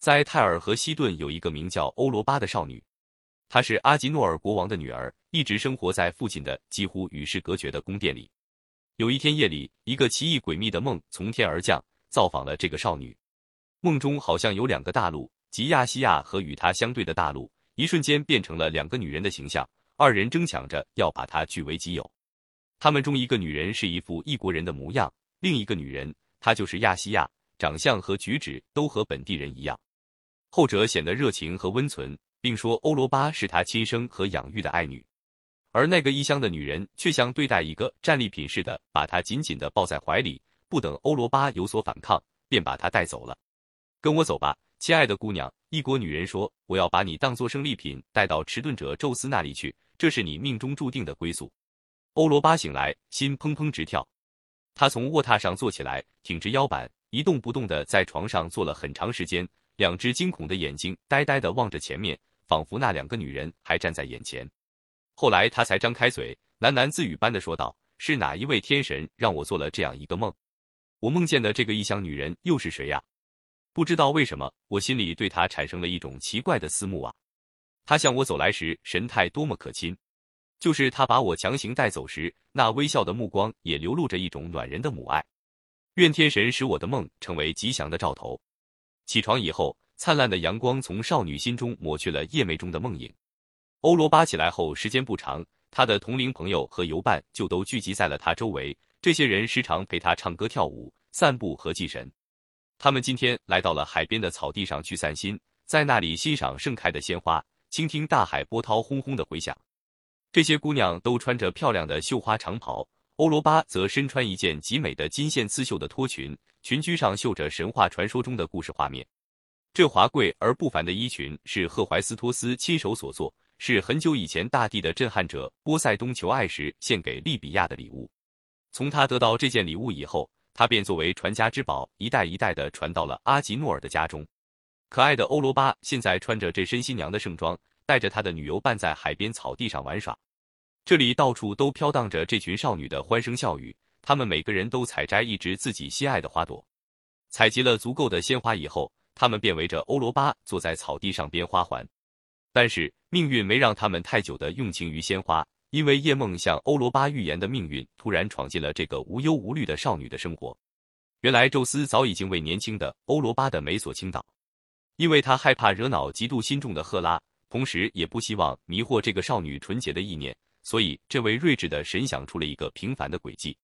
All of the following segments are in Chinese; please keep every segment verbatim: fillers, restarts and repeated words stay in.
在泰尔和西顿有一个名叫欧罗巴的少女，她是阿吉诺尔国王的女儿，一直生活在父亲的几乎与世隔绝的宫殿里。有一天夜里，一个奇异诡秘的梦从天而降，造访了这个少女。梦中好像有两个大陆，即亚细亚和与她相对的大陆，一瞬间变成了两个女人的形象，二人争抢着要把她据为己有。她们中一个女人是一副异国人的模样，另一个女人，她就是亚细亚，长相和举止都和本地人一样。后者显得热情和温存，并说欧罗巴是他亲生和养育的爱女，而那个异乡的女人却像对待一个战利品似的，把她紧紧地抱在怀里，不等欧罗巴有所反抗，便把她带走了。跟我走吧，亲爱的姑娘，异国女人说，我要把你当作胜利品带到迟钝者宙斯那里去，这是你命中注定的归宿。欧罗巴醒来，心砰砰直跳，他从卧榻上坐起来，挺直腰板，一动不动地在床上坐了很长时间，两只惊恐的眼睛呆呆地望着前面，仿佛那两个女人还站在眼前。后来他才张开嘴，喃喃自语般地说道：“是哪一位天神让我做了这样一个梦？我梦见的这个异乡女人又是谁呀？不知道为什么，我心里对她产生了一种奇怪的思慕啊。她向我走来时，神态多么可亲；就是她把我强行带走时，那微笑的目光也流露着一种暖人的母爱。愿天神使我的梦成为吉祥的兆头。”起床以后，灿烂的阳光从少女心中抹去了夜寐中的梦影。欧罗巴起来后时间不长，他的同龄朋友和游伴就都聚集在了他周围，这些人时常陪他唱歌跳舞、散步和祭神。他们今天来到了海边的草地上去散心，在那里欣赏盛开的鲜花，倾听大海波涛轰轰的回响。这些姑娘都穿着漂亮的绣花长袍，欧罗巴则身穿一件极美的金线刺绣的拖裙，裙裾上绣着神话传说中的故事画面。这华贵而不凡的衣裙是赫淮斯托斯亲手所做，是很久以前大地的震撼者波塞冬求爱时献给利比亚的礼物。从他得到这件礼物以后，他便作为传家之宝，一代一代地传到了阿吉诺尔的家中。可爱的欧罗巴现在穿着这身新娘的盛装，带着他的女游伴在海边草地上玩耍。这里到处都飘荡着这群少女的欢声笑语，她们每个人都采摘一枝自己心爱的花朵。采集了足够的鲜花以后，她们便围着欧罗巴坐在草地上编花环。但是命运没让他们太久地用情于鲜花，因为夜梦向欧罗巴预言的命运突然闯进了这个无忧无虑的少女的生活。原来宙斯早已经为年轻的欧罗巴的美所倾倒，因为他害怕惹恼嫉妒心重的赫拉，同时也不希望迷惑这个少女纯洁的意念，所以这位睿智的神想出了一个平凡的诡计。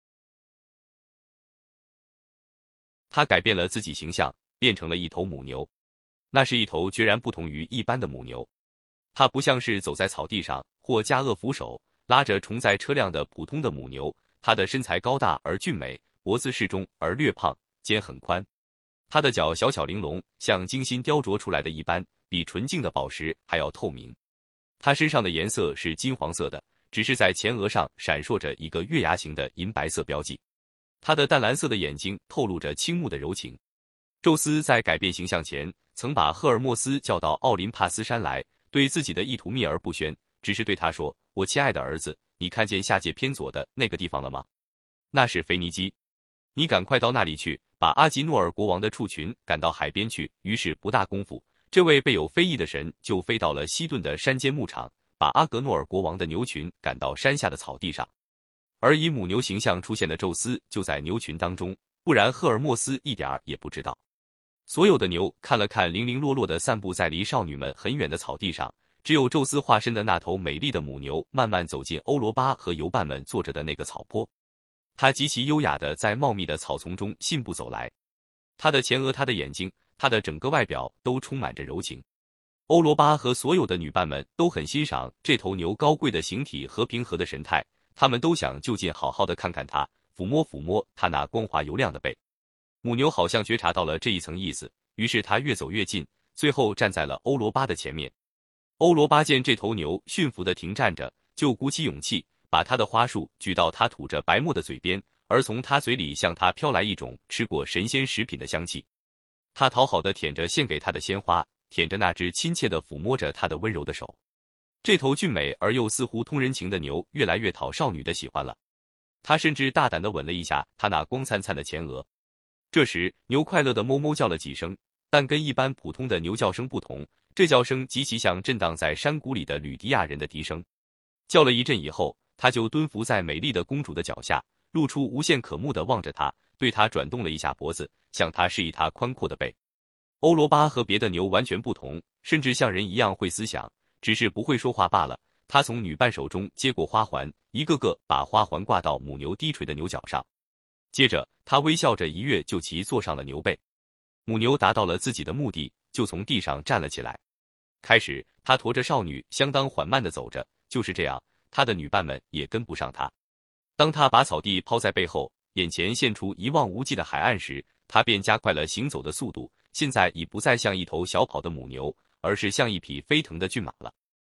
他改变了自己形象，变成了一头母牛。那是一头决然不同于一般的母牛，它不像是走在草地上或加勒扶手拉着虫在车辆的普通的母牛，它的身材高大而俊美，脖子适中而略胖，肩很宽。它的脚小巧玲珑，像精心雕琢出来的一般，比纯净的宝石还要透明。它身上的颜色是金黄色的，只是在前额上闪烁着一个月牙形的银白色标记。它的淡蓝色的眼睛透露着倾慕的柔情。宙斯在改变形象前，曾把赫尔墨斯叫到奥林帕斯山来，对自己的意图秘而不宣，只是对他说：“我亲爱的儿子，你看见下界偏左的那个地方了吗？那是腓尼基，你赶快到那里去，把阿吉诺尔国王的畜群赶到海边去。”于是不大功夫，这位备有飞翼的神就飞到了西顿的山间牧场，把阿格诺尔国王的牛群赶到山下的草地上。而以母牛形象出现的宙斯就在牛群当中，不然赫尔墨斯一点儿也不知道。所有的牛看了看零零落落的散步在离少女们很远的草地上，只有宙斯化身的那头美丽的母牛慢慢走进欧罗巴和游伴们坐着的那个草坡。它极其优雅地在茂密的草丛中信步走来，它的前额、它的眼睛、它的整个外表都充满着柔情。欧罗巴和所有的女伴们都很欣赏这头牛高贵的形体和平和的神态，他们都想就近好好的看看它，抚摸抚摸它那光滑油亮的背。母牛好像觉察到了这一层意思，于是它越走越近，最后站在了欧罗巴的前面。欧罗巴见这头牛驯服地停站着，就鼓起勇气，把他的花束举到他吐着白沫的嘴边，而从他嘴里向他飘来一种吃过神仙食品的香气。他讨好地舔着献给他的鲜花，舔着那只亲切地抚摸着他的温柔的手。这头俊美而又似乎通人情的牛越来越讨少女的喜欢了，他甚至大胆地吻了一下他那光灿灿的前额。这时牛快乐地哞哞叫了几声， 但跟一般普通的牛叫声不同，这叫声极其像震荡在山谷里的吕迪亚人的笛声。叫了一阵以后，他就蹲伏在美丽的公主的脚下，露出无限可目的望着她，对她转动了一下脖子，向她示意她宽阔的背。欧罗巴和别的牛完全不同，甚至像人一样会思想，只是不会说话罢了。他从女伴手中接过花环，一个个把花环挂到母牛低垂的牛角上。接着，他微笑着一跃就骑坐上了牛背。母牛达到了自己的目的，就从地上站了起来。开始，他驮着少女相当缓慢地走着，就是这样，他的女伴们也跟不上他。当他把草地抛在背后，眼前现出一望无际的海岸时，他便加快了行走的速度。现在已不再像一头小跑的母牛，而是像一匹飞腾的骏马了。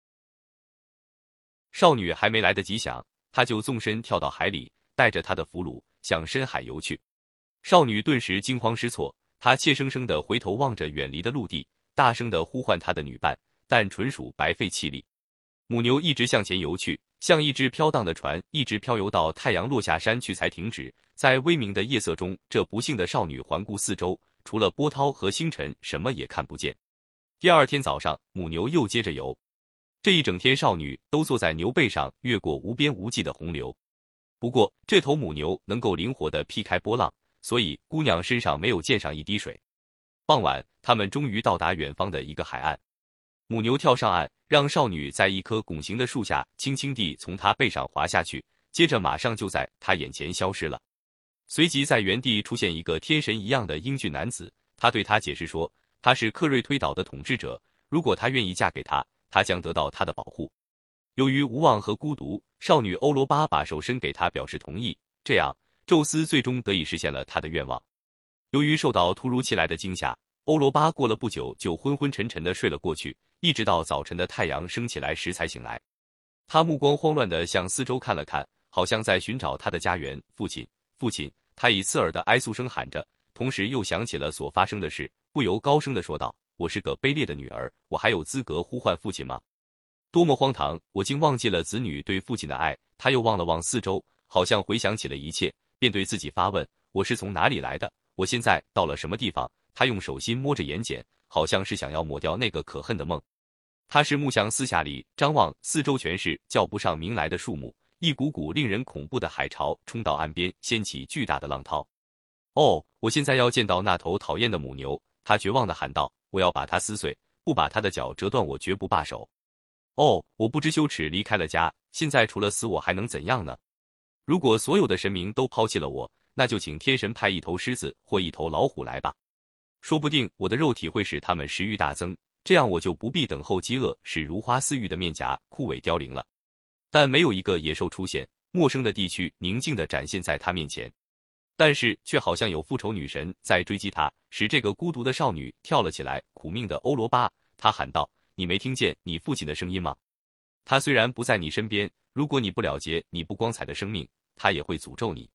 少女还没来得及想，他就纵身跳到海里，带着他的俘虏向深海游去。少女顿时惊慌失措，她怯生生地回头望着远离的陆地，大声地呼唤她的女伴，但纯属白费气力。母牛一直向前游去，像一只飘荡的船，一直漂游到太阳落下山去才停止。在微明的夜色中，这不幸的少女环顾四周，除了波涛和星辰，什么也看不见。第二天早上，母牛又接着游。这一整天，少女都坐在牛背上，越过无边无际的洪流。不过，这头母牛能够灵活地劈开波浪，所以姑娘身上没有溅上一滴水。傍晚，他们终于到达远方的一个海岸。母牛跳上岸，让少女在一棵拱形的树下轻轻地从她背上滑下去，接着马上就在她眼前消失了。随即在原地出现一个天神一样的英俊男子，他对她解释说，他是克瑞推岛的统治者，如果她愿意嫁给他，他将得到他的保护。由于无望和孤独，少女欧罗巴把手伸给他表示同意，这样宙斯最终得以实现了他的愿望。由于受到突如其来的惊吓，欧罗巴过了不久就昏昏沉沉地睡了过去，一直到早晨的太阳升起来时才醒来。他目光慌乱地向四周看了看，好像在寻找他的家园。父亲，父亲，他以刺耳的哀诉声喊着，同时又想起了所发生的事，不由高声地说道，我是个卑劣的女儿，我还有资格呼唤父亲吗？多么荒唐，我竟忘记了子女对父亲的爱。他又望了望四周，好像回想起了一切，便对自己发问，我是从哪里来的？我现在到了什么地方？他用手心摸着眼睑，好像是想要抹掉那个可恨的梦。他是目向四下里张望，四周全是叫不上名来的树木，一股股令人恐怖的海潮冲到岸边，掀起巨大的浪涛。哦，我现在要见到那头讨厌的母牛，他绝望地喊道，我要把它撕碎，不把它的脚折断，我绝不罢手。哦，我不知羞耻离开了家，现在除了死我还能怎样呢？如果所有的神明都抛弃了我，那就请天神派一头狮子或一头老虎来吧，说不定我的肉体会使他们食欲大增，这样我就不必等候饥饿使如花似玉的面颊枯萎凋零了。但没有一个野兽出现，陌生的地区宁静地展现在他面前，但是却好像有复仇女神在追击他，使这个孤独的少女跳了起来。苦命的欧罗巴，他喊道，你没听见你父亲的声音吗？他虽然不在你身边，如果你不了结你不光彩的生命，他也会诅咒你。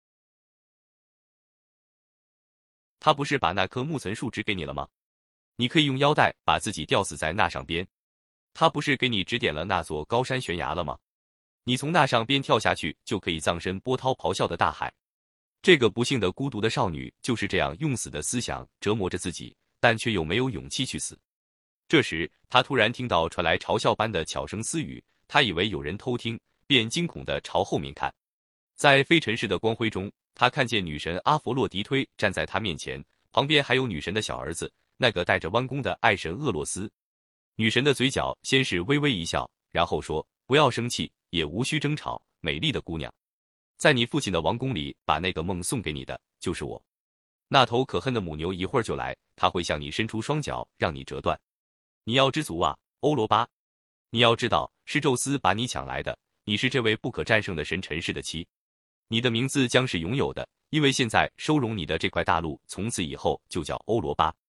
他不是把那棵木岑树指给你了吗？你可以用腰带把自己吊死在那上边。他不是给你指点了那座高山悬崖了吗？你从那上边跳下去，就可以葬身波涛咆哮的大海。这个不幸的孤独的少女就是这样用死的思想折磨着自己，但却又没有勇气去死。这时，他突然听到传来嘲笑般的悄声私语，他以为有人偷听，便惊恐地朝后面看。在非尘世的光辉中，他看见女神阿佛洛狄忒站在他面前，旁边还有女神的小儿子，那个带着弯弓的爱神厄洛斯。女神的嘴角先是微微一笑，然后说，不要生气，也无需争吵，美丽的姑娘，在你父亲的王宫里把那个梦送给你的就是我。那头可恨的母牛一会儿就来，他会向你伸出双脚，让你折断。你要知足啊，欧罗巴！你要知道，是宙斯把你抢来的，你是这位不可战胜的神陈氏的妻。你的名字将是永有的，因为现在收容你的这块大陆，从此以后就叫欧罗巴。